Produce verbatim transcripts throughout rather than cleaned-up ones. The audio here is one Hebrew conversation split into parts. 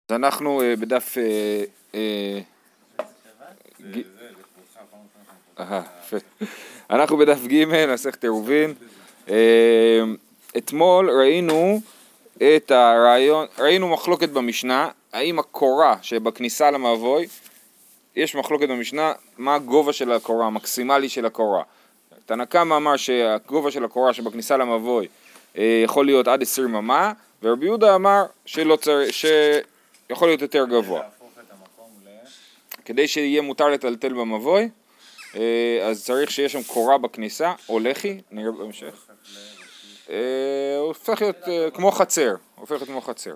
אז אנחנו בדף אנחנו בדף ג' מסכת עירובין. אתמול ראינו את הרעיון, ראינו מחלוקת במשנה, האם הקורה שבכניסה למבוי, יש מחלוקת במשנה מה הגובה של הקורה, המקסימלי של הקורה. תנא קמא אמר שהגובה של הקורה שבכניסה למבוי יכול להיות עד עשרים אמה, ורבי יהודה אמר שלא צריך, שיכול להיות יותר גבוה. כדי שיהיה מותר לטלטל במבוי, אז צריך שיש שם קורה בכניסה, או לחי, נראה בהמשך. הוא הופך להיות כמו חצר, הופך להיות כמו חצר.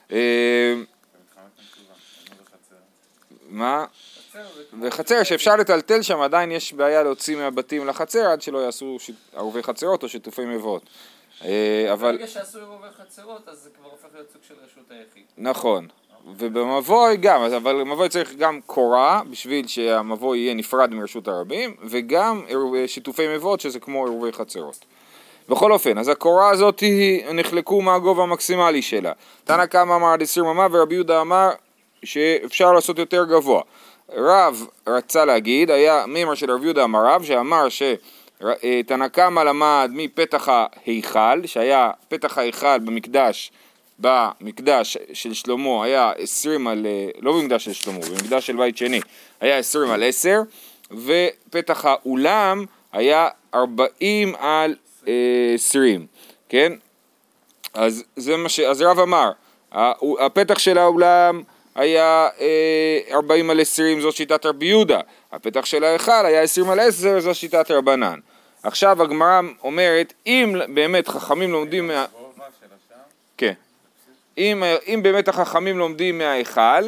מה? וחצר שאפשר לטלטל שם, עדיין יש בעיה להוציא מהבתים לחצר, עד שלא יעשו עירובי חצרות או שיתופי מבואות. אבל ברגע שעשו עירובי חצרות, אז זה כבר הופך להיות סוג של רשות היחיד. נכון. ובמבוי גם, אבל במבוי צריך גם קורה, בשביל שהמבוי יהיה נפרד מרשות הרבים, וגם שיתופי מבואות, שזה כמו עירובי חצרות. בכל אופן, אז הקורה הזאת נחלקו מה הגובה המקסימלי שלה. תנא קמא אמר עד עשרים אמה, ורבי יהודה אמר שאפשר לעשות יותר גבוה. רב רצה להגיד, היה מימר של רבי יהודה אמר רב, שאמר שתנא קמא למד מפתח ההיכל, שהיה פתח ההיכל במקדש, במקדש של שלמה היה עשרים על, לא במקדש של שלמה, במקדש של בית שני, היה עשרים על עשר, ופתח האולם היה ארבעים על עשרים, כן? אז זה מה ש... אז רב אמר, הפתח של האולם היה ארבעים על עשרים, זו שיטת רבי יהודה, הפתח של ההיכל היה עשרים על עשר, זו שיטת רבנן. עכשיו הגמרא אומרת, אם באמת חכמים לומדים מה... כן. אם, אם באמת החכמים לומדים מההיכל,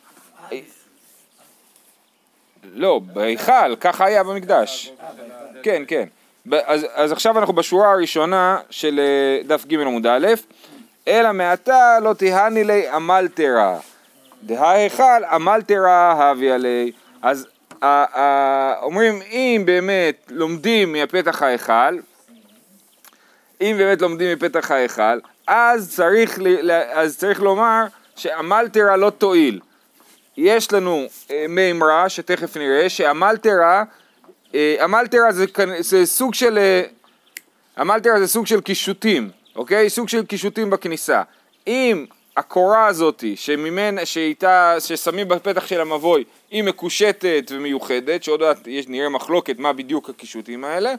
לא, בהיכל, ככה היה במקדש. כן, כן. אז, אז עכשיו אנחנו בשורה הראשונה של דף ג' עמוד א', אלא מעתה לא תהני לי עמל תרה. דההיכל עמל תרה הביא עלי. אז ה, ה, אומרים, אם באמת לומדים מהפתח ההיכל, אם באמת לומדים מפתח ההיכל, אז צריך, אז צריך לומר שעמל תרה לא תועיל. יש לנו מימרה שתכף נראה שעמל תרה, עמל תרה זה, זה סוג של, עמל תרה זה סוג של קישוטים, אוקיי? סוג של קישוטים בכניסה. אם הקורה הזאת שממנה, שאיתה, ששמים בפתח של המבוי, היא מקושטת ומיוחדת, שעוד יש, נראה מחלוקת מה בדיוק הקישוטים האלה,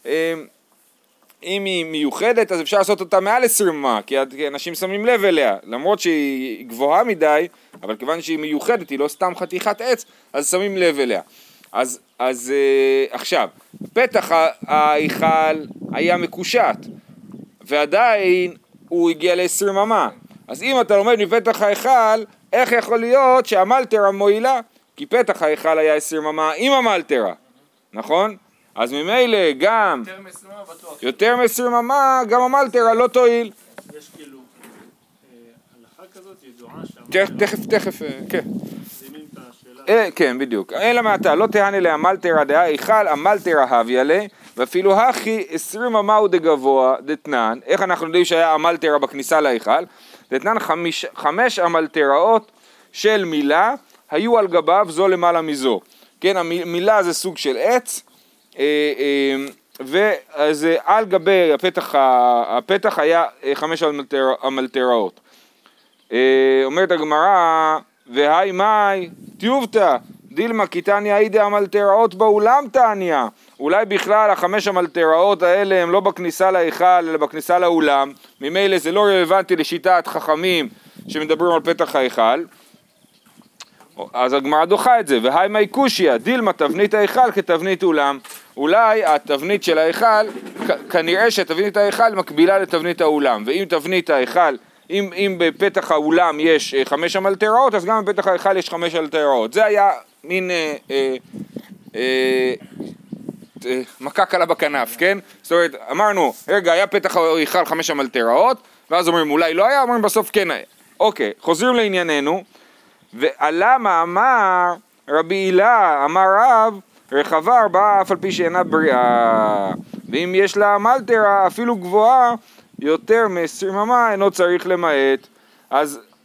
אם היא מיוחדת, אז אפשר לעשות אותה מעל עשרים אמה, כי אנשים שמים לב אליה, למרות שהיא גבוהה מדי, אבל כיוון שהיא מיוחדת, היא לא סתם חתיכת עץ, אז שמים לב אליה. אז, אז עכשיו, פתח ההיכל היה מקושט, ועדיין הוא הגיע ל-עשרים אמה. אז אם אתה לומד מפתח ההיכל, איך יכול להיות שעמל תרה מועילה? כי פתח ההיכל היה עשרים אמה עם עמל תרה, נכון? אז ממילא גם יותר מ-עשרים אמה, גם עמל תרה לא תועיל. יש כאילו הלכה כזאת ידועה שם. תכף, תכף, כן. כן, בדיוק. אלא מעתה, לא תהני לעמל תרה דההיכל, עמל תרה הביא עלי, ואפילו הכי עשרים אמה הוא דגבוה, דתנן. איך אנחנו יודעים שהיה עמל תרה בכניסה להיכל? דתנן חמש, חמש עמל תראות של מילה, היו על גביו זו למעלה מזו. כן, המילה זה סוג של עץ, ואז על גבי הפתח, הפתח היה חמש עמל תראות. אומרת הגמרא, והי מאי טיובתא דילמה כי תניא אידי עמל תראות באולם תניא. אולי בכלל החמש עמל תראות האלה הם לא בכניסה להיכל אלא בכניסה לאולם, ממילא זה לא רלוונטי לשיטת חכמים שמדברים על פתח ההיכל. אז הגמרא דוחה את זה, והי מאי קושיא דילמה תבנית ההיכל כתבנית אולם. אולי התבנית של ההיכל, כנראה שתבנית ההיכל מקבילה לתבנית האולם, ואם תבנית ההיכל, אם, אם בפתח האולם יש חמש עמל תראות, אז גם בפתח ההיכל יש חמש עמל תראות. זה היה מין אה, אה, אה, אה, מכה קלה בכנף, כן? זאת אומרת, אמרנו, רגע, היה פתח ההיכל חמש עמל תראות, ואז אומרים, אולי לא היה, אומרים בסוף כן היה. אוקיי, חוזרים לענייננו, ולמה אמר רבי הילה, אמר רב, רחבה ארבעה אף על פי שאינה בריאה, ואם יש לה עמל תרה אפילו גבוהה יותר מ-עשרים אמה אינו צריך למעט. אז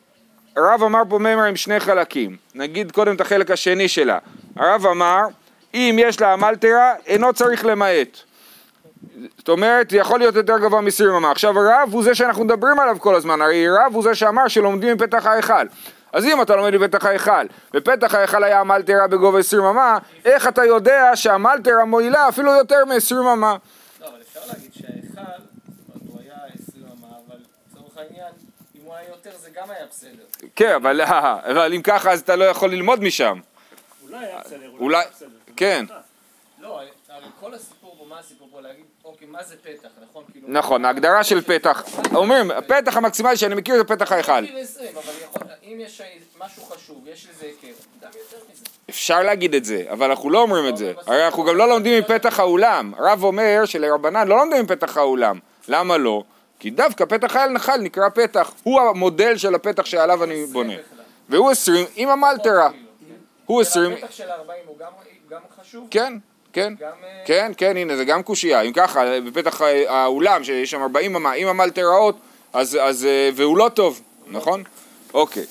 הרב אמר פה מימר עם שני חלקים, נגיד קודם את החלק השני שלה. הרב אמר, אם יש לה המלטרה, אינו צריך למעט. זאת אומרת, יכול להיות יותר גבוה מסיר ממה. עכשיו הרב הוא זה שאנחנו מדברים עליו כל הזמן, הרי הרב הוא זה שאמר שלומדים מפתח ההיכל. אז אם אתה לומד מפתח ההיכל, ופתח ההיכל היה המלטרה בגובה עשרים ממה, איך אתה יודע שהמלטרה מועילה אפילו יותר מ-עשרים ממה? לא, אבל אפשר להגיד שההיכל, הוא היה עשרים ממה, אבל לצורך העניין, אם הוא היה יותר זה גם היה בסדר. כן, אבל, אבל אם ככה אז אתה לא יכול ללמוד משם. אולי היה בסדר, אולי, אולי היה בסדר. כן. לא, אבל כל הסיפור פה, מה הסיפור פה? להגיד, אוקיי, מה זה פתח, נכון? נכון, ההגדרה של פתח, אומרים, הפתח המקסימלי שאני מכיר זה פתח ההיכל. אבל אם יש משהו חשוב, יש לזה היכר, גם יותר מזה. אפשר להגיד את זה, אבל אנחנו לא אומרים את זה. הרי אנחנו גם לא לומדים מפתח האולם. רב אומר שלרבנן לא לומדים מפתח האולם. למה לא? כי דווקא פתח ההיכל נקרא פתח. הוא המודל של הפתח שעליו אני בונה. והוא עשרים עם המלטרה. הוא עשרים... הפתח של ארבעים הוא גם חשוב? כן, כן. כן, כן, הנה, זה גם קושייה. אם ככה, בפתח האולם שיש שם ארבעים ממה, עם המלטראות, אז, והוא לא טוב, נכון? אוקיי.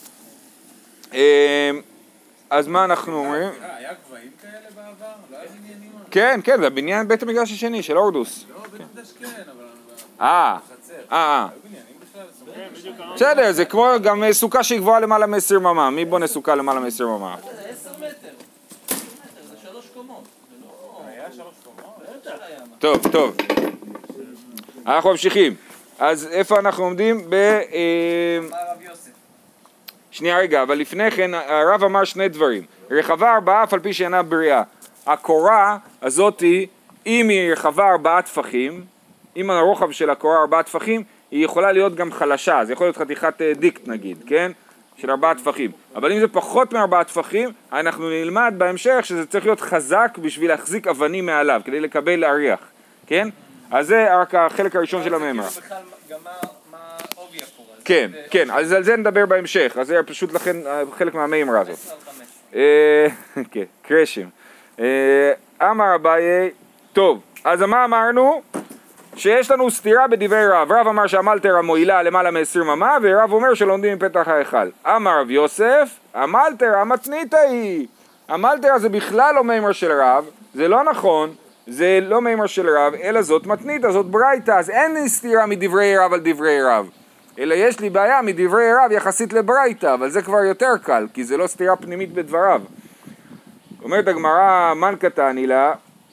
אז מה אנחנו אומרים? היה גבהים כאלה בעבר? לא היה בניינים? כן, כן, זה הבניין בית המקדש השני של אורדוס. לא, בית המקדש כן, אבל... אה, אה, בסדר, זה כמו גם סוכה שהיא גבוהה למעלה מ-עשרים ממה. מי בונה סוכה למעלה מ-עשרים ממה? זה עשר מטר. זה שלוש קומות. היה שלוש קומות? טוב, טוב. אנחנו ממשיכים. אז איפה אנחנו עומדים? ב... הרב יוסף. שנייה רגע, אבל לפני כן הרב אמר שני דברים. רחבה ארבעה אף על פי שאינה בריאה. הקורה הזאתי, אם היא רחבה ארבעה טפחים, אם הרוחב של הקורה ארבעה טפחים, היא יכולה להיות גם חלשה, זה יכול להיות חתיכת דיקט נגיד, כן? של ארבעה טפחים. אבל אם זה פחות מארבעה טפחים, אנחנו נלמד בהמשך שזה צריך להיות חזק בשביל להחזיק אבנים מעליו, כדי לקבל אריח, כן? אז זה רק החלק הראשון של המאמר. זה בכלל גם מה עובי הקורה. כן, כן, אז על זה נדבר בהמשך, אז זה פשוט לכן חלק מהמאמר הזאת. כן, קרשים. אמר אביי, טוב, אז מה אמרנו? שיש לנו סתירה בדברי רב. רב אמר שהמלטרה מועילה למעלה מ-עשרים ממה, ורב אומר שלומדים מפתח ההיכל. אמר רב יוסף, המלטרה המתנית היא. המלטרה זה בכלל לא מימר של רב, זה לא נכון, זה לא מימר של רב, אלא זאת מתנית, זאת ברייתא, אז אין סתירה מדברי רב על דברי רב. אלא יש לי בעיה מדברי רב יחסית לברייתא, אבל זה כבר יותר קל, כי זה לא סתירה פנימית בדבריו. אומרת הגמרא, מן קטני לה,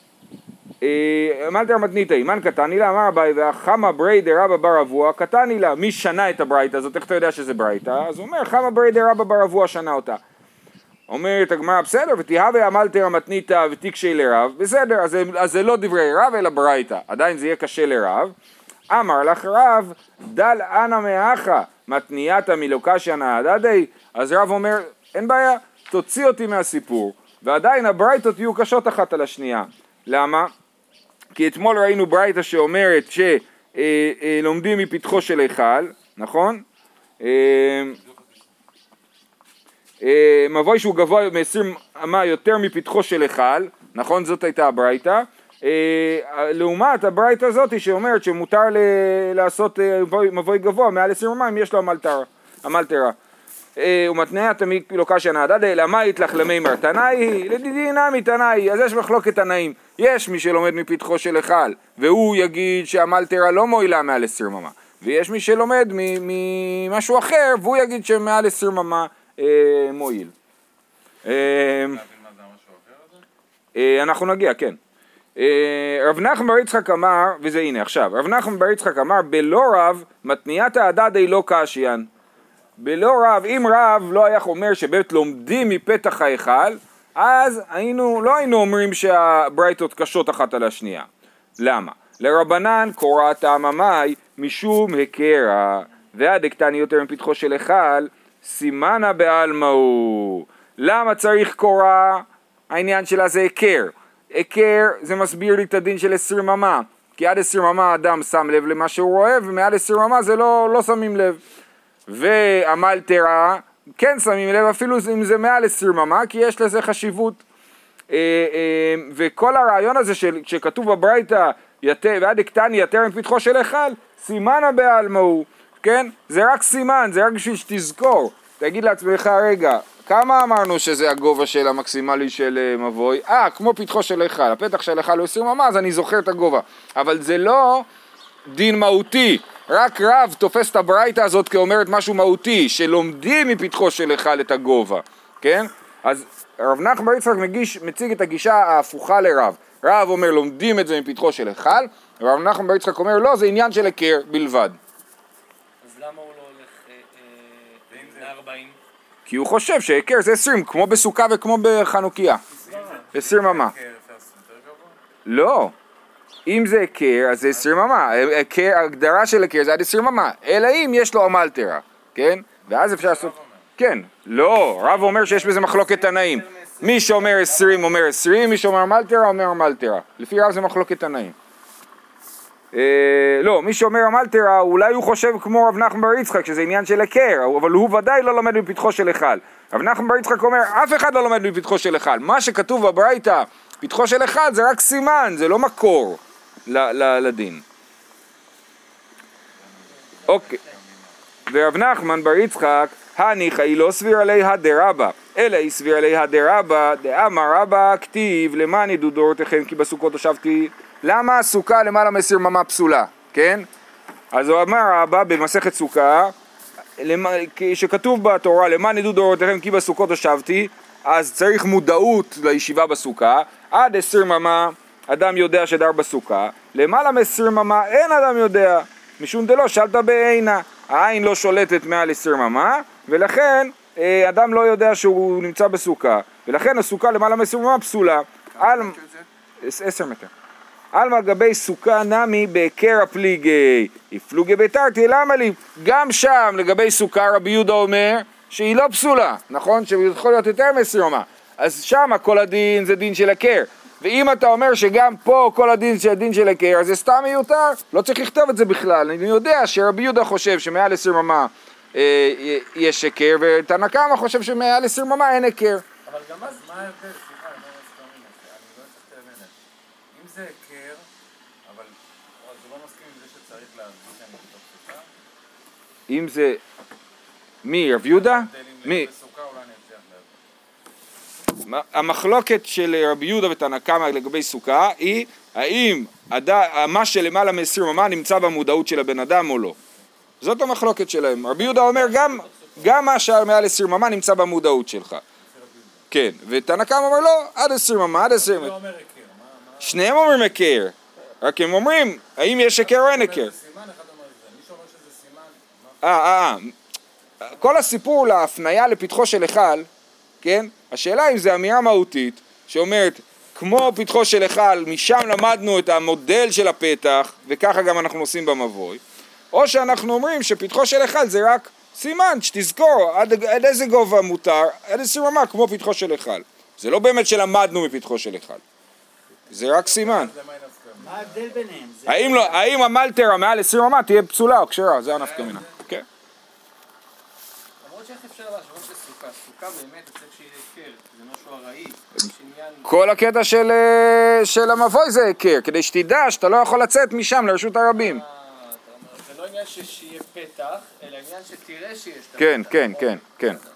מלטרה מתנית היא, מן קטני לה, אמר אביי, והחמה ברי דרבא בר אבוה, קטני לה, מי שנה את הברייתא הזאת, איך אתה יודע שזה ברייתא? אז הוא אומר, חמה ברי דרבא בר אבוה שנה אותה. אומרת הגמרא, בסדר, ותיהווה המלטרה מתניתא ותקשי לרב, בסדר, אז, אז זה לא דברי רב אלא ברייתא, עדיין זה יהיה קשה לרב. אמר לך רב, דל אנא מאחה, מתנייתא מלוקשיא נהדדי, אז רב אומר, אין בעיה, תוציא אותי מהסיפור, ועדיין הברייתות יהיו קשות אחת על השנייה. למה? כי אתמול ראינו ברייתא שאומרת שלומדים מפתחו של היכל, נכון? מבוי שהוא גבוה מ-עשרים אמה יותר מפתחו של היכל, נכון? זאת הייתה הברייתא. לעומת הברייתא הזאת שאומרת שמותר לעשות מבוי גבוה מעל עשרים אמה אם יש לו המלטרה. ומתנייתא מלוקשיא נהדדי, למה יתלך למימר תנאי? לדידי נמי תנאי, אז יש מחלוקת תנאים. יש מי שלומד מפתחו של היכל, והוא יגיד שהמלטרה לא מועילה מעל עשרים אמה, ויש מי שלומד ממשהו אחר, והוא יגיד שמעל עשרים אמה מועיל. אנחנו נגיע, כן. רב נחמן בר יצחק אמר, וזה הנה עכשיו, רב נחמן בר יצחק אמר, בלא רב מתנייתא הדדי לא קשיין. בלא רב, אם רב לא היה אומר שבאמת לומדים מפתח ההיכל, אז היינו, לא היינו אומרים שהברייתות קשות אחת על השנייה. למה? לרבנן קוראת הממאי משום הכרה, והדקטני יותר מפתחו של היכל, סימנה בעלמאו. למה צריך קורא? העניין שלה זה הכר. הכר זה מסביר לי את הדין של עשרים אמה, כי עד עשרים אמה האדם שם לב למה שהוא רואה, ומעל עשרים אמה זה לא, לא שמים לב. והמלטרה כן שמים לב אפילו אם זה מעל עשרים אמה, כי יש לזה חשיבות. וכל הרעיון הזה שכתוב בברייתא ועד הקטני יותר מפתחו של היכל, סימנה בעלמאו, כן? זה רק סימן, זה רק בשביל שתזכור, תגיד לעצמך, רגע, כמה אמרנו שזה הגובה של המקסימלי של מבוי? אה, כמו פתחו של היכל, הפתח של היכל הוא עשרים אמה, אז אני זוכר את הגובה. אבל זה לא דין מהותי, רק רב תופס את הברייתא הזאת כאומרת משהו מהותי, שלומדים מפתחו של היכל את הגובה, כן? אז רב נחמן בר יצחק מגיש, מציג את הגישה ההפוכה לרב. רב אומר לומדים את זה מפתחו של היכל, ורב נחמן בר יצחק אומר לא, זה עניין של היכר בלבד. אז למה הוא לא הולך ל-ארבעים? כי הוא חושב שהיכר זה עשרים, כמו בסוכה וכמו בחנוכיה. עשרים אמה. לא. אם זה היכר, אז זה עשרים אמה. ההגדרה של היכר זה עד עשרים אמה. אלא אם יש לו אמלתרה, כן? ואז אפשר לעשות... כן. לא, רב אומר שיש בזה מחלוקת תנאים. מי שאומר עשרים אומר עשרים, מי שאומר אמלתרה אומר אמלתרה. לפי רב זה מחלוקת תנאים. לא, מי שאומר אמלתרה, אולי הוא חושב כמו רב נחמן בר יצחק, שזה עניין של היכר, אבל הוא ודאי לא לומד מפתחו של היכל. רב נחמן בר יצחק אומר, אף אחד לא לומד מפתחו של היכל. מה שכתוב בברייתא, פתחו של היכל, זה רק סימן, זה לא מקור לדין. אוקיי. ורב נחמן בר יצחק, הניחא היא לא סביר עליה דרבא, אלא היא סביר עליה דרבא, דאמר רבא כתיב, למען ידעו דורותיכם כי בסוכות הושבתי. למה הסוכה למעלה מעשרים אמה פסולה, כן? אז הוא אמר רבא במסכת סוכה, שכתוב בתורה, למען ידעו דורותיכם כי בסוכות הושבתי, אז צריך מודעות לישיבה בסוכה, עד עשרים אמה אדם יודע שדר בסוכה, למעלה מעשרים אמה אין אדם יודע, משום דלא שלטה בעינה, העין לא שולטת מעל עשרים אמה, ולכן אדם לא יודע שהוא נמצא בסוכה, ולכן הסוכה למעלה מעשרים אמה פסולה, על עשר מטר. על גבי סוכה נמי בהיכר הפליגי, יפלוגי ביתרתי, למה לי? גם שם לגבי סוכה רבי יהודה אומר שהיא לא פסולה, נכון? שיכול להיות יותר מעשרים אמה. אז שם כל הדין זה דין של היכר. ואם אתה אומר שגם פה כל הדין זה דין של היכר, אז זה סתם מיותר, לא צריך לכתוב את זה בכלל. אני יודע שרבי יהודה חושב שמעל עשרים אמה אה, יש היכר, ותנא קמא חושב שמעל עשרים אמה אין היכר. אבל גם אז מה ההבדל? סליחה, אני לא מסכים עם זה, אני לא צריך להבין. אם זה היכר, אבל זה לא מסכים עם זה שצריך להרגיש שאני בתוך סוכה? אם זה... מי? רב יהודה? מי? בסוכה אולי אני אצליח להבין. המחלוקת של רבי יהודה ותנא קמא לגבי סוכה היא האם מה שלמעלה מ-עשרים אמה נמצא במודעות של הבן אדם או לא. זאת המחלוקת שלהם. רבי יהודה אומר גם, גם מה שמעל עשרים אמה נמצא במודעות שלך. כן, ותנא קמא אומר לא, עד עשרים אמה, עד עשרים אמה. שניהם אומרים היכר, רק הם אומרים האם יש היכר או אין היכר. אה, אה, כל הסיפור להפניה לפתחו של היכל, כן? השאלה אם זה אמירה מהותית שאומרת כמו פתחו של היכל, משם למדנו את המודל של הפתח וככה גם אנחנו עושים במבוי, או שאנחנו אומרים שפתחו של היכל זה רק סימן, שתזכור עד, עד איזה גובה מותר, עד עשרים אמה כמו פתחו של היכל. זה לא באמת שלמדנו מפתחו של היכל, זה רק סימן. מה ההבדל ביניהם? האם, לא, האם המלטרה מעל עשרים אמה תהיה פסולה או כשרה? זה הנפקא מינה. כן. למרות שאיך אפשר להשוות לסוכה? סוכה באמת צריך שיהיה היכר, זה משהו ארעי, שעניין... כל הקטע של, של המבוי זה היכר, כדי שתדע שאתה לא יכול לצאת משם לרשות הרבים. זה לא עניין שיהיה פתח, אלא עניין שתראה שיש את הפתח. כן, כן, כן, כן. ההבדל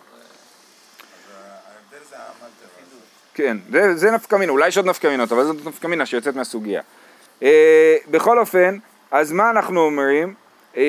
זה המלטרה. כן, זה, זה נפקא מינה, אולי יש עוד נפקא מינות, אבל זאת נפקא מינה שיוצאת מהסוגיה. אה, בכל אופן, אז מה אנחנו אומרים? אה,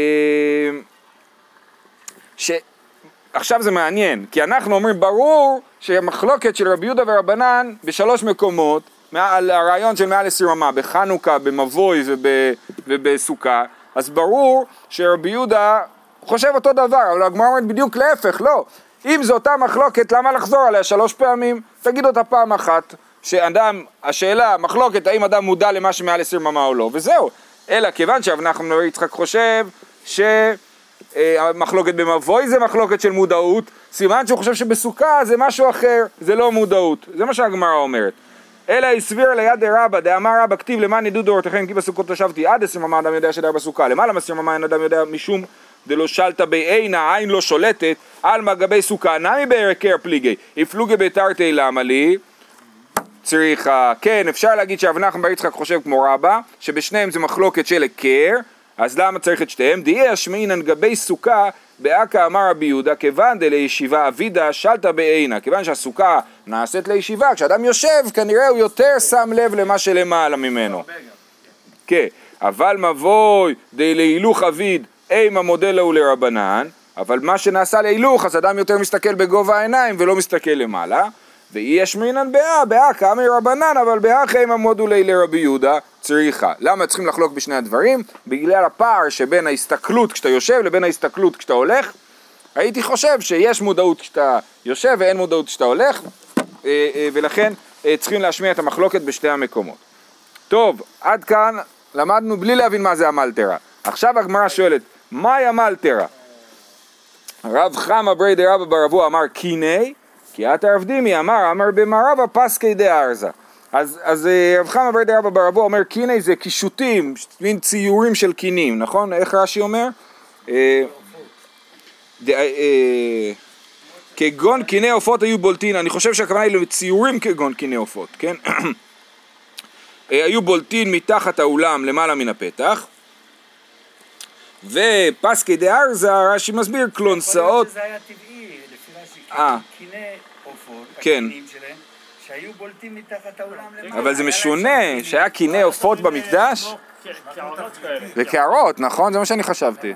ש... עכשיו זה מעניין, כי אנחנו אומרים ברור שהמחלוקת של רבי יהודה ורבנן בשלוש מקומות, על הרעיון של מעל עשרים אמה, בחנוכה, במבוי וב, ובסוכה, אז ברור שרבי יהודה חושב אותו דבר, אבל הגמרא אומרת בדיוק להפך, לא. אם זו אותה מחלוקת, למה לחזור עליה שלוש פעמים? תגיד אותה פעם אחת, שאדם, השאלה, מחלוקת, האם אדם מודע למה שמעל עשרים אמה או לא, וזהו. אלא כיוון שרב נחמן בר יצחק חושב ש... המחלוקת במבוי זה מחלוקת של מודעות, סימן שהוא חושב שבסוכה זה משהו אחר, זה לא מודעות, זה מה שהגמרא אומרת. אלא הסביר ליד דרבא, דאמר רבא כתיב למען ידעו דורותיכם כי בסוכות תושבתי, עד עשרים אמה אדם יודע שדר בסוכה, למעלה מעשרים אמה אין אדם יודע משום דלא שלטה בעינה, העין לא שולטת, על מגבי סוכה, נמי בהיכר פליגי, יפלוגי ביתרתי למה לי, צריכה, כן אפשר להגיד שרב נחמן בר יצחק חושב כמו רבא, שבשניהם זה מחלוקת של היכר, אז למה צריך את שתיהם? דהי השמעינן גבי סוכה באקה אמר רבי יהודה, כיוון דלישיבה אבידה שלטה בעינה, כיוון שהסוכה נעשית לישיבה, כשאדם יושב כנראה הוא יותר שם לב למה שלמעלה ממנו. כן, אבל מבוי דלהילוך אביד אימה מודל הוא לרבנן, אבל מה שנעשה להילוך אז אדם יותר מסתכל בגובה העיניים ולא מסתכל למעלה, ויש מינן באה, באה כאמר רבנן, אבל באה חיימה מודולי לרבי יהודה צריכה. למה צריכים לחלוק בשני הדברים? בגלל הפער שבין ההסתכלות כשאתה יושב לבין ההסתכלות כשאתה הולך. הייתי חושב שיש מודעות כשאתה יושב ואין מודעות כשאתה הולך, ולכן צריכים להשמיע את המחלוקת בשתי המקומות. טוב, עד כאן למדנו בלי להבין מה זה המלטרה. עכשיו הגמרא שואלת, מהי המלטרה? רב חמא ברי דרבא בר אבוה אמר קיני, כי את הרב דימי אמר, אמר במערבה פסקי דארזה. אז, אז רב חמא ברי דרבא בר אבוה אומר קיני זה קישוטים, מין ציורים של קינים, נכון? איך רש"י אומר? אה, ד, אה, כגון קיני עופות היו בולטין, אני חושב שהכוונה היא לציורים כגון קיני עופות, כן? היו בולטין מתחת האולם למעלה מן הפתח, ופסקי דארזה, רש"י מסביר, קלונסאות. זה היה טבעי, לפי רש"י, קיני עופות, כן. הקינים שלהם, שהיו בולטים מתחת האולם למעלה. אבל זה משונה, שהיה קיני עופות במקדש, וקערות, נכון? זה מה שאני חשבתי.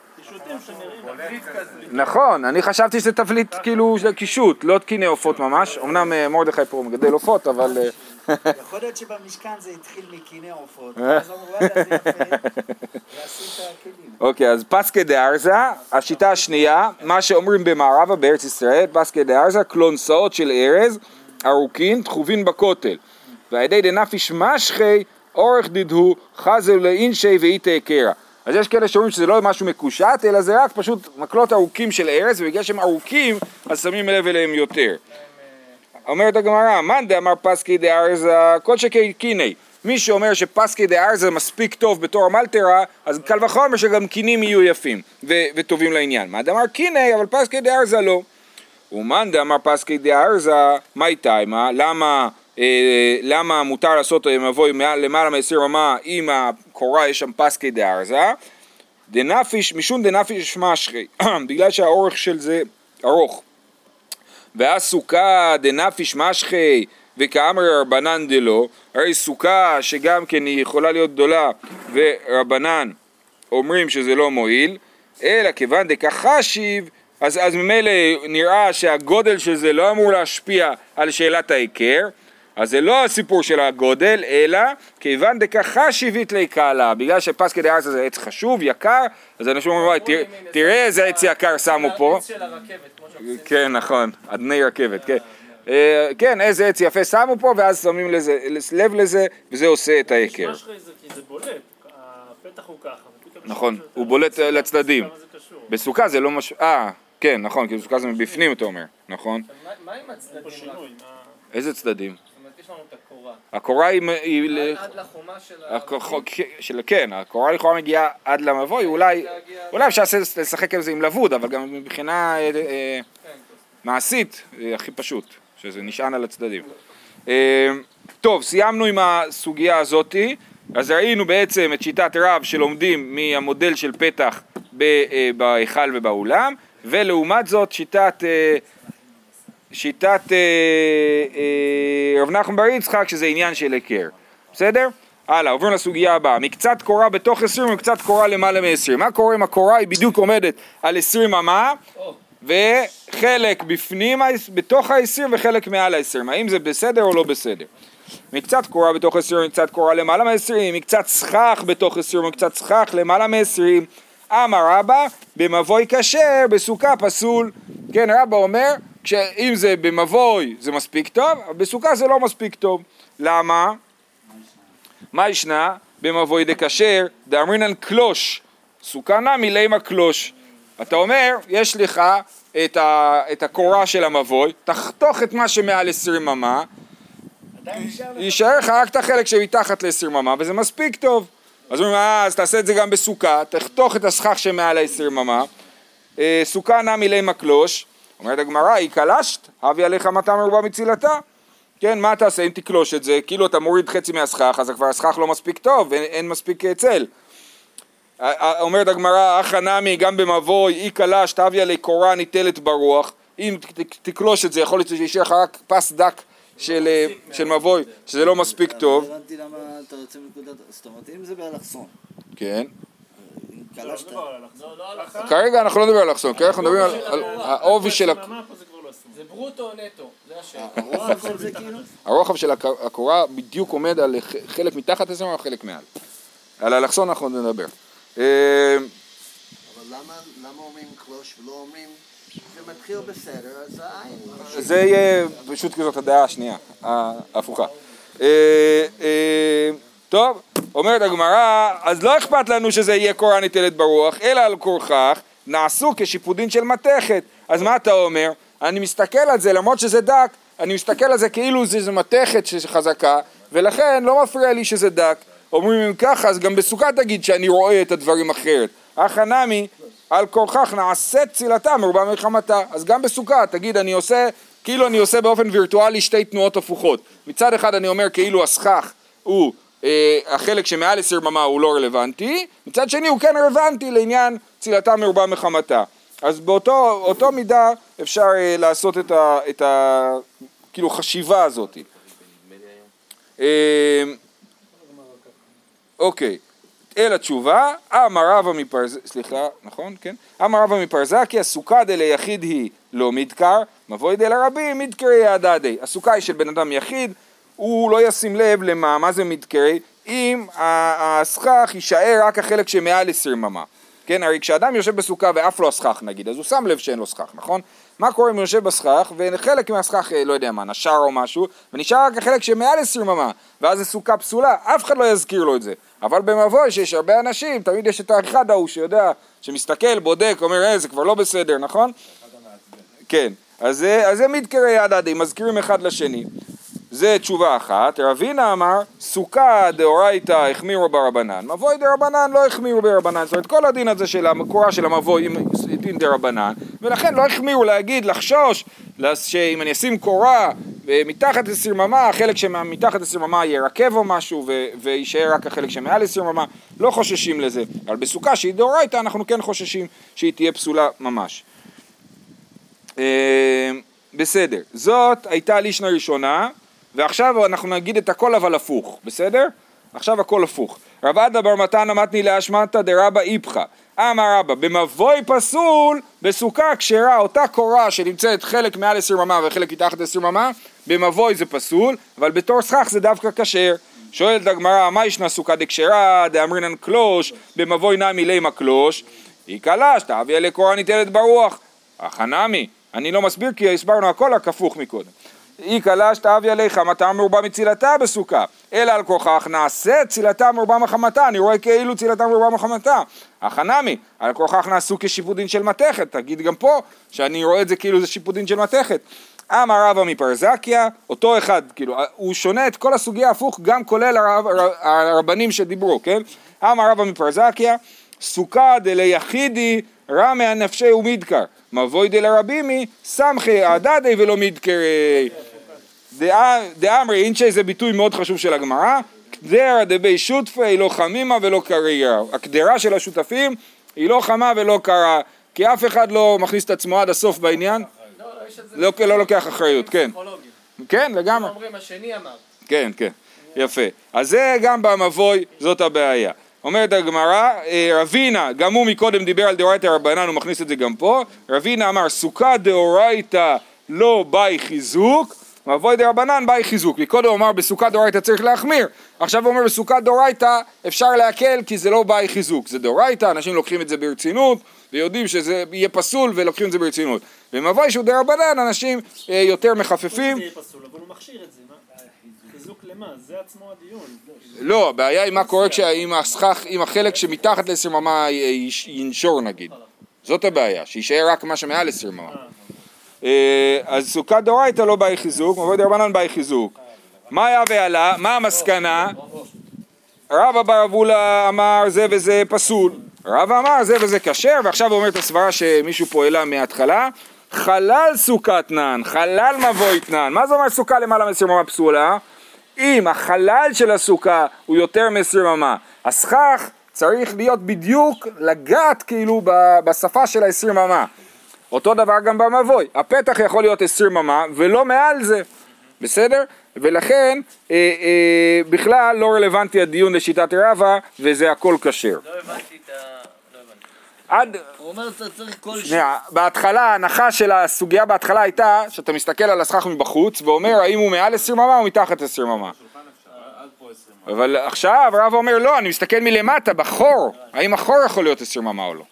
נכון, אני חשבתי שזה תבליט כאילו של קישוט, לא קיני עופות ממש, אמנם מרדכי פה מגדל עופות, אבל... יכול להיות שבמשכן זה התחיל מקיני עופות, אז אמרו, וואלה, זה יפה, ועשו את הכלים. אוקיי, אז פסקי דארזה, השיטה השנייה, מה שאומרים במערבה בארץ ישראל, פסקי דארזה, קלונסאות של ארז, ארוכין, תחובין בכותל, והידי דנפיש משחי, אורך דידהו, חזל לאינשי ואיתה קרע. אז יש כאלה שאומרים שזה לא משהו מקושט, אלא זה רק פשוט מקלות ארוכים של ארז, ובגלל שהם ארוכים, אז שמים לב אליהם יותר. אומרת הגמרא, מאן דאמר פסקי דארזה, כל שכי קיני. מי שאומר שפסקי דארזה מספיק טוב בתור המלטרה, אז קל וחומר שגם קינים יהיו יפים ו- וטובים לעניין. מאן דאמר קיני, אבל פסקי דארזה לא. ומאן דאמר פסקי דארזה, מהי תימה? למה... אה, למה מותר לעשות מבוי למעלה מ-עשרים אמה אם הקורה יש שם פסקי דארזה? דנפיש, משום דנפיש משחי, בגלל שהאורך של זה ארוך. והסוכה דנפיש משחי וכאמר רבנן דלו, הרי סוכה שגם כן היא יכולה להיות גדולה ורבנן אומרים שזה לא מועיל, אלא כיוון דקחשיב, אז, אז ממילא נראה שהגודל של זה לא אמור להשפיע על שאלת ההיכר, אז זה לא הסיפור של הגודל, אלא כיוון דקחה שיבית לקהלה, בגלל שפסקי דארזה זה עץ חשוב, יקר, אז אנשים אומרים, תראה איזה עץ יקר שמו פה. עץ של הרכבת, כמו שעושים. כן, נכון, אדני רכבת, כן. כן, איזה עץ יפה שמו פה, ואז שמים לב לזה, וזה עושה את ההיכר. מה שלך זה כי זה בולט, הפתח הוא ככה. נכון, הוא בולט לצדדים. בסוכה זה לא משהו, אה, כן, נכון, כי בסוכה זה מבפנים, אתה אומר, נכון? מה עם הצדדים? איזה צדדים? יש לנו את הקורה. הקורה היא... עד לחומה של ה... כן, הקורה לכאורה מגיעה עד למבוי, אולי אפשר לשחק על זה עם לבוד, אבל גם מבחינה מעשית, הכי פשוט, שזה נשען על הצדדים. טוב, סיימנו עם הסוגיה הזאת, אז ראינו בעצם את שיטת רב שלומדים מהמודל של פתח בהיכל ובאולם, ולעומת זאת שיטת... שיטת אה, אה, רב נחמן בר יצחק שזה עניין של היכר. בסדר? הלאה, עוברים לסוגיה הבאה. מקצת קורה בתוך עשרים ומקצת קורה למעלה מ-עשרים. מה קורה אם הקורה היא בדיוק עומדת על עשרים אמה וחלק בפנים, בתוך ה-עשרים וחלק מעל ה-עשרים. האם זה בסדר או לא בסדר? מקצת קורה בתוך עשרים ומקצת קורה למעלה מ-עשרים. מקצת שכח בתוך עשרים ומקצת שכח למעלה מ-עשרים. אמר רבא במבוי כשר בסוכה פסול. כן, רבא אומר שאם זה במבוי זה מספיק טוב, אבל בסוכה זה לא מספיק טוב. למה? מה ישנה? במבוי דקשר, דאמרינן קלוש, סוכה נמי לימה קלוש. אתה אומר, יש לך את, ה, את הקורה של המבוי, תחתוך את מה שמעל עשרים אמה, יישאר לך רק את החלק שמתחת ל-עשרים אמה, וזה מספיק טוב. אז אומרים, אה, אז תעשה את זה גם בסוכה, תחתוך את הסכך שמעל ה-עשרים אמה, אה, סוכה נמי לימה קלוש, אומרת הגמרא, היא קלשת, הביא עליך מתה מרובה מצילתה. כן, מה אתה עושה אם תקלוש את זה? כאילו אתה מוריד חצי מהסכך, אז כבר הסכך לא מספיק טוב, אין, אין מספיק צל. אומרת הגמרא, אחא נמי גם במבוי, אי קלש תביא לקורה ניטלת ברוח, אם תקלוש את זה יכול להיות שישאר לך רק פס דק של מבוי, שזה לא מספיק טוב. הבנתי למה אתה יוצא מנקודת, זאת אומרת, אם זה באלכסון. כן. קלשת. כרגע אנחנו לא מדברים על אלכסון, כרגע אנחנו מדברים על העובי של... זה ברוטו או נטו? זה השאלה. הרוחב זה כאילו? הרוחב של הקורה בדיוק עומד על חלק מתחת עשרים או חלק מעל. על האלכסון אנחנו נדבר. אבל למה אומרים קלוש ולא אומרים זה מתחיל בסדר, אז העין... זה יהיה פשוט כזאת הדעה השנייה, ההפוכה. טוב, אומרת הגמרא, אז לא אכפת לנו שזה יהיה קורה ניטלת ברוח, אלא על כורכך נעשו כשיפודין של מתכת. אז מה אתה אומר? אני מסתכל על זה, למרות שזה דק, אני מסתכל על זה כאילו זה מתכת שחזקה, ולכן לא מפריע לי שזה דק. אומרים אם ככה, אז גם בסוכה תגיד שאני רואה את הדברים אחרת. אחא נמי, על כורכך נעשה צילתה מרובה מלחמתה. אז גם בסוכה תגיד אני עושה, כאילו אני עושה באופן וירטואלי שתי תנועות הפוכות. מצד אחד אני אומר כאילו הסכך הוא, אה, החלק שמעל עשר ממה הוא לא רלוונטי, מצד שני הוא כן רלוונטי לעניין צילתה מרובה מלחמתה. אז באותו אותו מידה אפשר אה, לעשות את ה, את ה, כאילו חשיבה הזאת. אה, אוקיי, אל התשובה, אמר רבא מפרז... סליחה, נכון? כן? אמר רבא מפרזקי, הסוכה דליחיד היא לא מדקר, מבוי דלרבים מדקרי הדדי. הסוכה היא של בן אדם יחיד, הוא לא ישים לב למה, מה זה מדקרי, אם הסכך יישאר רק החלק שמעל עשרים ממה. כן, הרי כשאדם יושב בסוכה ואף לא הסכך נגיד, אז הוא שם לב שאין לו סכך, נכון? מה קורה אם הוא יושב בסכך, וחלק מהסכך, לא יודע מה, נשר או משהו, ונשאר רק החלק שמעל עשרים ממה, ואז זה סוכה פסולה, אף אחד לא יזכיר לו את זה. אבל במבוי שיש הרבה אנשים, תמיד יש את האחד ההוא שיודע, שמסתכל, בודק, אומר, אה, זה כבר לא בסדר, נכון? כן, אז זה, אז זה מדקרי הדדי, מזכירים אחד לשני. זה תשובה אחת. רבינה אמר, סוכה דאורייתא החמירו ברבנן, מבוי דרבנן לא החמירו ברבנן. זאת אומרת, כל הדין הזה של המקורה של המבוי עם דין דרבנן, ולכן לא החמירו להגיד, לחשוש, שאם אני אשים קורה מתחת עשרים ממה, החלק שמתחת עשרים ממה ירקב או משהו, וישאר רק החלק שמעל עשרים ממה, לא חוששים לזה. אבל בסוכה שהיא דאורייתא, אנחנו כן חוששים שהיא תהיה פסולה ממש. בסדר, זאת הייתה לישנה ראשונה, ועכשיו אנחנו נגיד את הכל אבל הפוך, בסדר? עכשיו הכל הפוך. רב עדה בר מתנא מתני להשמטה דרבא איפכא. אמר רבא, במבוי פסול, בסוכה כשרה, אותה קורה שנמצאת חלק מעל עשרים ממה וחלק מתחת עשרים ממה, במבוי זה פסול, אבל בתור סכך זה דווקא כשר. שואלת הגמרא, מה ישנה סוכה דקשרה, דאמרינן קלוש, במבוי נמי לימה קלוש, היא קלש, תביא לקורה ניטלת ברוח. אחא נמי, אני לא מסביר כי הסברנו הכל הכפוך מקודם. אי קלש תאבי עליך, מטה מרובה מצילתה בסוכה, אלא על כוכך נעשה צילתה מרובה מחמתה, אני רואה כאילו צילתה מרובה מחמתה. אחא נמי, על כוכך נעשו כשיפודין של מתכת, תגיד גם פה שאני רואה את זה כאילו זה שיפודין של מתכת. אמר רבא מפרזקיה, אותו אחד, כאילו, הוא שונה את כל הסוגיה הפוך, גם כולל הרב, הרבנים שדיברו, כן? אמר רבא מפרזקיה, סוכה דליחידי רע מהנפשי ומדקר, מבוי דלרבימי סמכי הדדי ולא מדקרי. דאמרי אינשי זה ביטוי מאוד חשוב של הגמרא, קדרה דבי שותפי לא חמימה ולא קריה. הקדרה של השותפים היא לא חמה ולא קרה, כי אף אחד לא מכניס את עצמו עד הסוף בעניין, לא, לא לוקח אחריות, כן. כן, לגמרי. אומרים השני אמר. כן, כן, יפה. אז זה גם במבוי, זאת הבעיה. אומרת הגמרא, רבינה, גם הוא מקודם דיבר על דאורייתא רבנן, הוא מכניס את זה גם פה. רבינה אמר, סוכה דאורייתא לא באי חיזוק, מבוי דרבנן באי חיזוק. מקודם הוא אמר, בסוכה דאורייתא צריך להחמיר. עכשיו הוא אומר, בסוכה דאורייתא אפשר להקל כי זה לא באי חיזוק. זה דאורייתא, אנשים לוקחים את זה ברצינות, ויודעים שזה יהיה פסול ולוקחים את זה ברצינות. במבוי שהוא דרבנן, אנשים יותר מחפפים. זה יהיה פסול, אבל הוא מכשיר את זה, מה? חיזוק למה? זה עצמו הדיון. לא, הבעיה היא מה קורה כשאם הסכך, אם החלק שמתחת לעשר ממה ינשור נגיד. זאת הבעיה, שישאר רק מה שמעל עשר ממה. אז סוכה דאורייתא לא באי חיזוק, מבוי דרבנן באי חיזוק. מה היה ועלה? מה המסקנה? רבא בר אבולה אמר זה וזה פסול. רבא אמר זה וזה כשר, ועכשיו הוא אומר את הסברה שמישהו פה העלה מההתחלה. חלל סוכת נן, חלל מבוי תנן. מה זה אומר סוכה למעלה מעשר ממה פסולה? אם החלל של הסוכה הוא יותר מעשרים ממה, הסכך צריך להיות בדיוק לגעת כאילו ב- בשפה של ה-עשרים אמה. אותו דבר גם במבוי, הפתח יכול להיות עשרים אמה ולא מעל זה, בסדר? ולכן אה, אה, בכלל לא רלוונטי הדיון לשיטת רבא וזה הכל כשר. לא הבנתי את ה... לא הבנתי. עד... הוא אומר אתה צריך כל ש... שנייה, בהתחלה, ההנחה של הסוגיה בהתחלה הייתה שאתה מסתכל על הסכך מבחוץ ואומר האם הוא מעל עשרים אמה או מתחת עשרים אמה. אבל עכשיו רב אומר לא, אני מסתכל מלמטה, בחור, האם החור יכול להיות עשרים אמה או לא.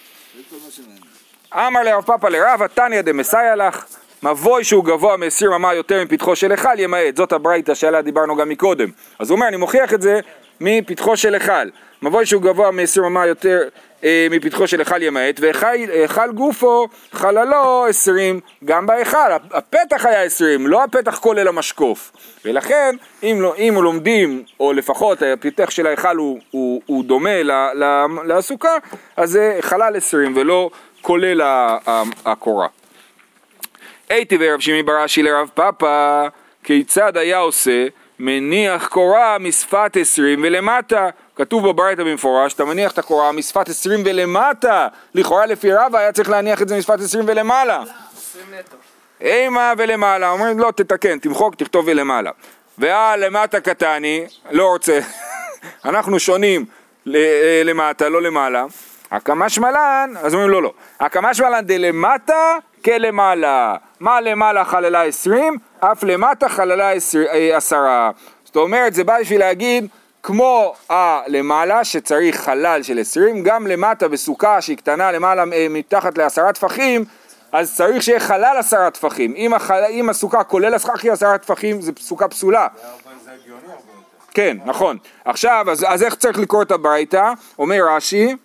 אמר לרב פאפא לרבא, תניא דמסייע לך, מבוי שהוא גבוה מ-עשרים אמה יותר מפתחו של היכל ימעט, זאת הברייתא שעליה דיברנו גם מקודם. אז הוא אומר, אני מוכיח את זה מפתחו של היכל, מבוי שהוא גבוה מ-עשרים אמה יותר אה, מפתחו של היכל ימעט, והיכל גופו חללו עשרים, גם בהיכל, הפתח היה עשרים, לא הפתח כולל המשקוף. ולכן, אם, לא, אם לומדים, או לפחות הפתח של ההיכל הוא, הוא, הוא דומה ל, ל, לסוכה, אז זה חלל עשרים ולא כולל הקורה. הייתי ורב שמעי בר אשי לרב פאפא, כיצד היה עושה? מניח קורה משפת עשרים ולמטה. כתוב בברייתא במפורש, אתה מניח את הקורה משפת עשרים ולמטה. לכאורה לפי רבא היה צריך להניח את זה משפת עשרים ולמעלה. עשרים נטו. אימה ולמעלה, אומרים לא תתקן, תמחוק, תכתוב ולמעלה. ועל למטה קטני, לא רוצה, אנחנו שונים למטה, לא למעלה. הקמה שמלן, אז אומרים לא לא, הקמה שמלן דלמטה כלמעלה. מה למעלה חללה עשרים, אף למטה חללה עשרה. זאת אומרת, זה בא בשביל להגיד, כמו הלמעלה שצריך חלל של עשרים, גם למטה בסוכה שהיא קטנה למעלה מתחת לעשרה טפחים, אז צריך שיהיה חלל עשרה טפחים. אם, החל... אם הסוכה כולל הסככי עשרה טפחים, זה סוכה פסולה. זה הגיוני הרבה יותר. כן, נכון. עכשיו, אז, אז איך צריך לקרוא את הברייתא? אומר רש"י,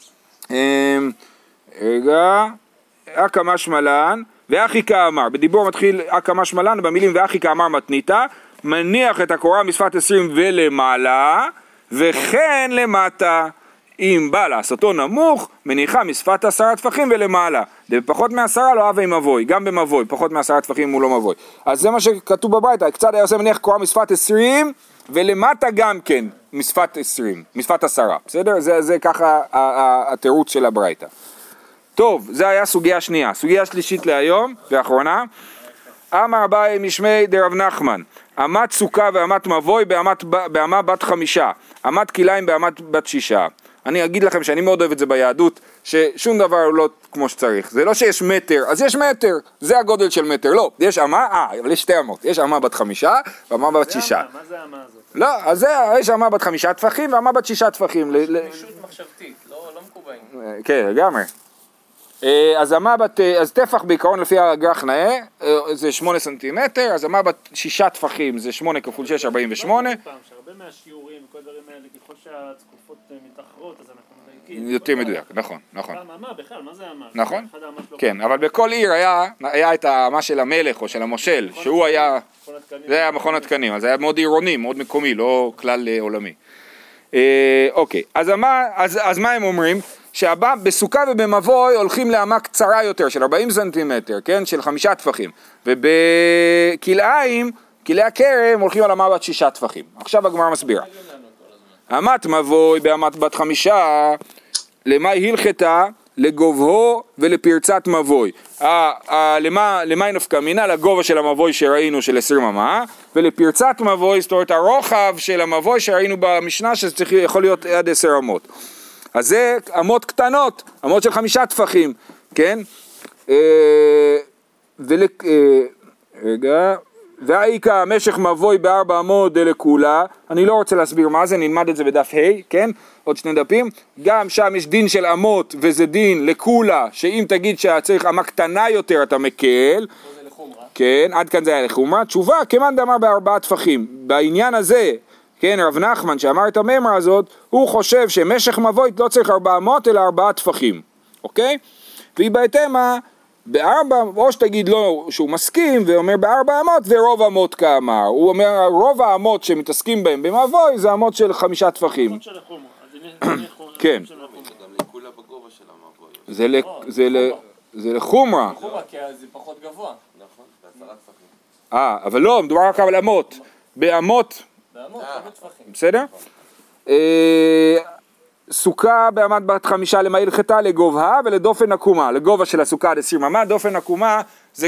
רגע, הקמה שמלן, ואחי כאמר, בדיבור מתחיל הקמה שמלן, במילים ואחי כאמר מתניתא, מניח את הקורה משפת עשרים ולמעלה, וכן למטה. אם בא לעשותו נמוך, מניחה משפת עשרה טפחים ולמעלה. בפחות מעשרה לא הווה עם מבוי, גם במבוי, פחות מעשרה טפחים הוא לא מבוי. אז זה מה שכתוב בברייתא, קצת היה עושה מניח קורה משפת עשרים, ולמטה גם כן משפת עשרים, משפת עשרה, בסדר? זה, זה ככה התירוץ של הברייתא. טוב, זה היה סוגיה שנייה. סוגיה שלישית להיום, ואחרונה. אמר אביי משמי דרב נחמן, אמת סוכה ואמת מבוי באמת, באמה בת חמישה, אמת כליים באמת בת שישה. אני אגיד לכם שאני מאוד אוהב את זה ביהדות, ששום דבר הוא לא כמו שצריך. זה לא שיש מטר, אז יש מטר, זה הגודל של מטר. לא, יש אמה, אה, אבל יש שתי אמות. יש אמה בת חמישה ואמה בת שישה. מה זה האמה הזאת? לא, אז זה, יש אמה בת חמישה טפחים ואמה בת שישה טפחים. גמישות מחשבתית, לא מקובעים. כן, לגמרי. אז אמה בת, אז טפח בעיקרון לפי הגרח נאה, זה שמונה סנטימטר, אז אמה בת שישה טפחים זה שמונה כפול שש, ארבעים ושמונה. שהרבה מהשיעורים וכל הדברים האלה, ככל שהתקופות מתאחרות, אז אנחנו מדייקים. יותר מדויק, נכון, נכון. האמה בכלל, מה זה האמה? נכון? כן, אבל בכל עיר היה, היה את האמה של המלך או של המושל, שהוא היה, זה היה מכון התקנים, אז זה היה מאוד עירוני, מאוד מקומי, לא כלל עולמי. אוקיי, אז מה הם אומרים? שבסוכה ובמבוי הולכים לאמה קצרה יותר, של ארבעים סנטימטר, כן? של חמישה טפחים. ובכלאיים, כלאי הכרם, הולכים על אמה בת שישה טפחים. עכשיו הגמרא מסבירה. אמת מבוי באמת בת חמישה, למה הלכתה? לגובהו ולפרצת מבוי. למה היא נפקא מינה? לגובה של המבוי שראינו של עשרים אמה, ולפרצת מבוי, זאת אומרת הרוחב של המבוי שראינו במשנה, שזה יכול להיות עד עשר אמות. אז זה אמות קטנות, אמות של חמישה טפחים, כן? רגע, והאיקה משך מבוי בארבע אמות דלכולה, אני לא רוצה להסביר מה זה, נלמד את זה בדף ה', כן? עוד שני דפים, גם שם יש דין של אמות וזה דין לכולה, שאם תגיד שצריך אמה קטנה יותר אתה מקל, כן, עד כאן זה היה לחומרה, תשובה, כמאן דאמר בארבעה טפחים, בעניין הזה, כן, רב נחמן שאמר את המאמרה הזאת, הוא חושב שמשך מבוית לא צריך ארבע אמות אלא ארבעה טפחים, אוקיי? והיא בהתאמה, בארבע, או שתגיד לו שהוא מסכים ואומר בארבע אמות ורוב אמות כאמר, הוא אומר רוב האמות שמתעסקים בהם במבוי זה אמות של חמישה טפחים. כן. זה גם לכולה בגובה של המבוי. זה לחומרה. לחומרה כי זה פחות גבוה. נכון, בעשרה טפחים. אה, אבל לא, מדובר רק על אמות. באמות. באמות, לא בטפחים. בסדר? סוכה באמת בת חמישה למעיל חטא לגובה ולדופן עקומה, לגובה של הסוכה עד עשרים אמה. דופן עקומה זה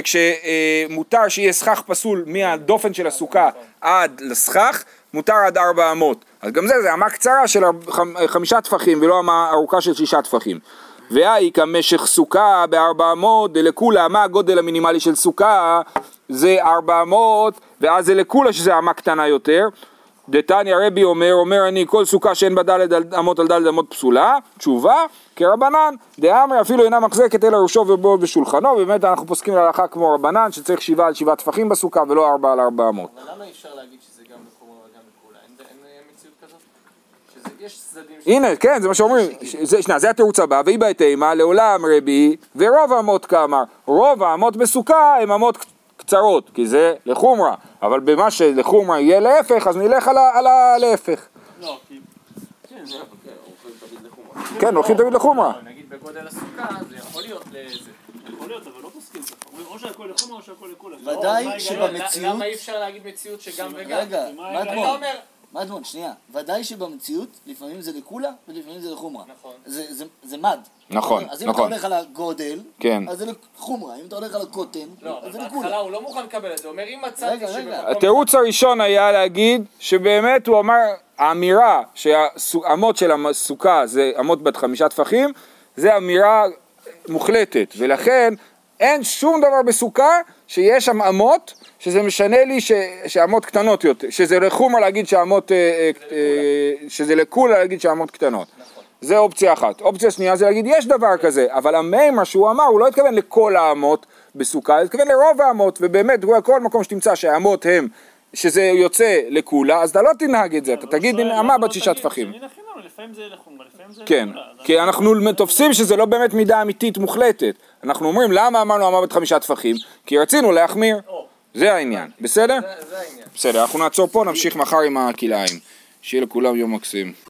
כשמותר שיהיה סכך פסול מהדופן של הסוכה עד לסכך, מותר עד ארבע אמות. אז גם זה, זה אמה קצרה של חמישה טפחים ולא אמה ארוכה של שישה טפחים. והאי כמשך סוכה בארבע אמות, דלכולה, מה הגודל המינימלי של סוכה? זה ארבע אמות, ואז זה לכולה שזה אמה קטנה יותר. דתניא רבי אומר, אומר אני, כל סוכה שאין בה דלת אמות על דלת אמות פסולה, תשובה, כרבנן, דאמר אפילו אינה מחזקת אלא ראשו ובו בשולחנו, ובאמת אנחנו פוסקים להלכה כמו רבנן, שצריך שבעה על שבעה טפחים בסוכה ולא ארבע על ארבע אמות. אבל למה אי אפשר להגיד שזה גם לחומרה וגם לכולה? אין מציאות כזאת? שיש צדדים ש... הנה, כן, זה מה שאומרים, זה, שנה, זה התירוץ הבא, והיא בהתאמה לעולם רבי, ורוב האמות כאמר, רוב האמות בסוכה הם אמות קצרות, כי זה לחומרה, אבל במה שלחומרה יהיה להפך, אז נלך על, על הלהפך. לא, כי... כן, זה הולכים תמיד לחומרה. כן, הולכים תמיד לחומרה. נגיד בגודל הסוכה, זה יכול להיות לזה. יכול להיות, אבל לא פוסקים ככה. אומרים או שהכל לחומרה או שהכל לכולה. ודאי מה שבמציאות... למה אי אפשר להגיד מציאות שגם וגם? רגע, מה אתה מדמון, אומר... מדמון, שנייה. ודאי שבמציאות לפעמים זה לכולה ולפעמים זה לחומרה. נכון. זה, זה, זה מד. נכון, אז אם נכון. אתה הולך על הגודל, כן. אז זה לחומרה. אם אתה הולך על הקוטן, לא, אז זה אבל לכולה. בהתחלה הוא לא מוכן לקבל את זה, הוא אומר אם מצאתי רגע, רגע. שבמקום... התירוץ הראשון היה להגיד שבאמת הוא אמר, האמירה שהאמות של הסוכה זה אמות בת חמישה טפחים, זה אמירה מוחלטת, ולכן אין שום דבר בסוכה שיש שם אמות, שזה משנה לי ש, שאמות קטנות יותר, שזה לחומרה להגיד שאמות, אה, אה, שזה לכולה להגיד שאמות קטנות. נכון. זה אופציה אחת. אופציה שנייה זה להגיד יש דבר כזה, אבל המימר שהוא אמר הוא לא התכוון לכל האמות בסוכה, הוא התכוון לרוב האמות, ובאמת כל מקום שתמצא שהאמות הם, שזה יוצא לכולה, אז אתה לא תנהג את זה, אתה תגיד הנה אמה בת שישה טפחים. לפעמים זה לחומרה, לפעמים זה כן, לכולה. כי אנחנו תופסים שזה לא באמת מידה אמיתית מוחלטת. אנחנו אומרים למה אמרנו אמה בת חמישה טפחים? כי רצינו להחמיר. זה העניין, בסדר? זה העניין. בסדר, אנחנו נעצור פה, נמשיך מחר עם הכלאיים. שיהיה לכולם יום מקסים.